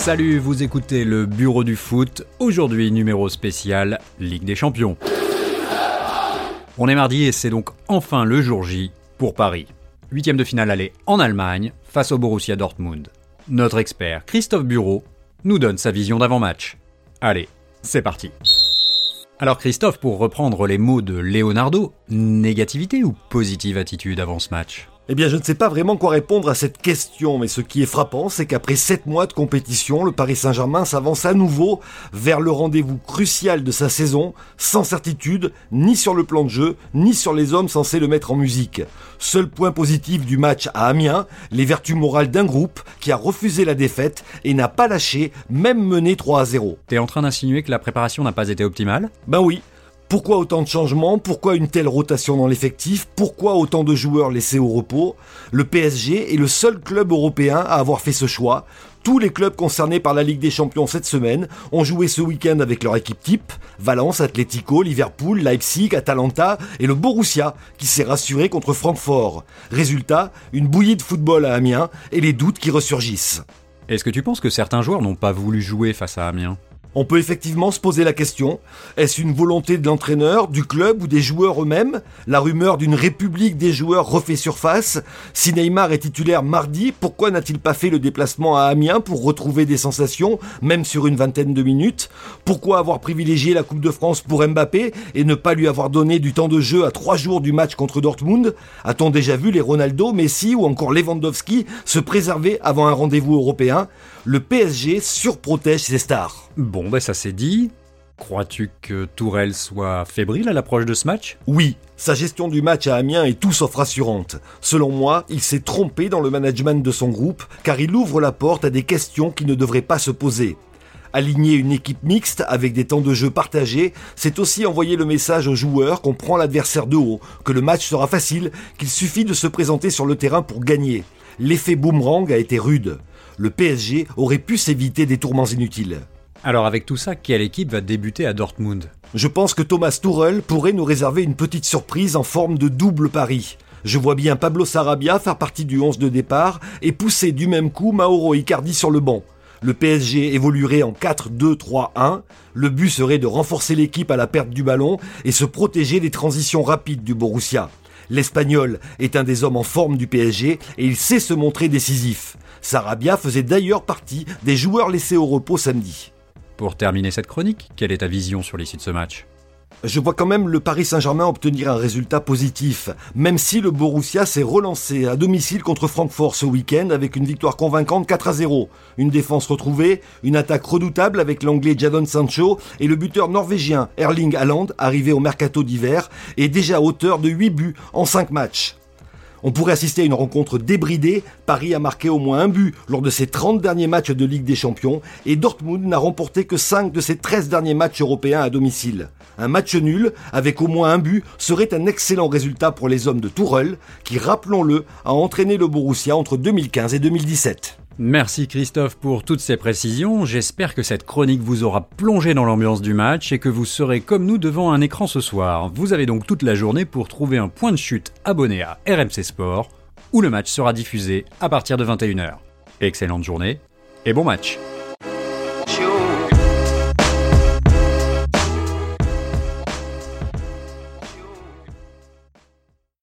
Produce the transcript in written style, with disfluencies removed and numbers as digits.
Salut, vous écoutez le Bureau du Foot, aujourd'hui numéro spécial Ligue des Champions. On est mardi et c'est donc enfin le jour J pour Paris. 8e de finale aller en Allemagne face au Borussia Dortmund. Notre expert Christophe Bureau nous donne sa vision d'avant-match. Allez, c'est parti. Alors Christophe, pour reprendre les mots de Leonardo, négativité ou positive attitude avant ce match ? Eh bien, je ne sais pas vraiment quoi répondre à cette question, mais ce qui est frappant, c'est qu'après 7 mois de compétition, le Paris Saint-Germain s'avance à nouveau vers le rendez-vous crucial de sa saison, sans certitude, ni sur le plan de jeu, ni sur les hommes censés le mettre en musique. Seul point positif du match à Amiens, les vertus morales d'un groupe qui a refusé la défaite et n'a pas lâché, même mené 3-0. T'es en train d'insinuer que la préparation n'a pas été optimale ? Ben oui. Pourquoi autant de changements ? Pourquoi une telle rotation dans l'effectif ? Pourquoi autant de joueurs laissés au repos ? Le PSG est le seul club européen à avoir fait ce choix. Tous les clubs concernés par la Ligue des Champions cette semaine ont joué ce week-end avec leur équipe type. Valence, Atlético, Liverpool, Leipzig, Atalanta et le Borussia qui s'est rassuré contre Francfort. Résultat, une bouillie de football à Amiens et les doutes qui ressurgissent. Est-ce que tu penses que certains joueurs n'ont pas voulu jouer face à Amiens ? On peut effectivement se poser la question, est-ce une volonté de l'entraîneur, du club ou des joueurs eux-mêmes ? La rumeur d'une république des joueurs refait surface. Si Neymar est titulaire mardi, pourquoi n'a-t-il pas fait le déplacement à Amiens pour retrouver des sensations, même sur une vingtaine de minutes ? Pourquoi avoir privilégié la Coupe de France pour Mbappé et ne pas lui avoir donné du temps de jeu à 3 jours du match contre Dortmund ? A-t-on déjà vu les Ronaldo, Messi ou encore Lewandowski se préserver avant un rendez-vous européen ? Le PSG surprotège ses stars. Bon, ça c'est dit. Crois-tu que Tourelle soit fébrile à l'approche de ce match ? Oui, sa gestion du match à Amiens est tout sauf rassurante. Selon moi, il s'est trompé dans le management de son groupe, car il ouvre la porte à des questions qui ne devraient pas se poser. Aligner une équipe mixte avec des temps de jeu partagés, c'est aussi envoyer le message aux joueurs qu'on prend l'adversaire de haut, que le match sera facile, qu'il suffit de se présenter sur le terrain pour gagner. L'effet boomerang a été rude. Le PSG aurait pu s'éviter des tourments inutiles. Alors avec tout ça, quelle équipe va débuter à Dortmund ? Je pense que Thomas Tuchel pourrait nous réserver une petite surprise en forme de double pari. Je vois bien Pablo Sarabia faire partie du 11 de départ et pousser du même coup Mauro Icardi sur le banc. Le PSG évoluerait en 4-2-3-1. Le but serait de renforcer l'équipe à la perte du ballon et se protéger des transitions rapides du Borussia. L'Espagnol est un des hommes en forme du PSG et il sait se montrer décisif. Sarabia faisait d'ailleurs partie des joueurs laissés au repos samedi. Pour terminer cette chronique, quelle est ta vision sur l'issue de ce match ? Je vois quand même le Paris Saint-Germain obtenir un résultat positif, même si le Borussia s'est relancé à domicile contre Francfort ce week-end avec une victoire convaincante 4-0. Une défense retrouvée, une attaque redoutable avec l'anglais Jadon Sancho et le buteur norvégien Erling Haaland arrivé au mercato d'hiver et déjà auteur de 8 buts en 5 matchs. On pourrait assister à une rencontre débridée. Paris a marqué au moins un but lors de ses 30 derniers matchs de Ligue des Champions et Dortmund n'a remporté que 5 de ses 13 derniers matchs européens à domicile. Un match nul avec au moins un but serait un excellent résultat pour les hommes de Tuchel qui, rappelons-le, a entraîné le Borussia entre 2015 et 2017. Merci Christophe pour toutes ces précisions. J'espère que cette chronique vous aura plongé dans l'ambiance du match et que vous serez comme nous devant un écran ce soir. Vous avez donc toute la journée pour trouver un point de chute abonné à RMC Sport où le match sera diffusé à partir de 21h. Excellente journée et bon match.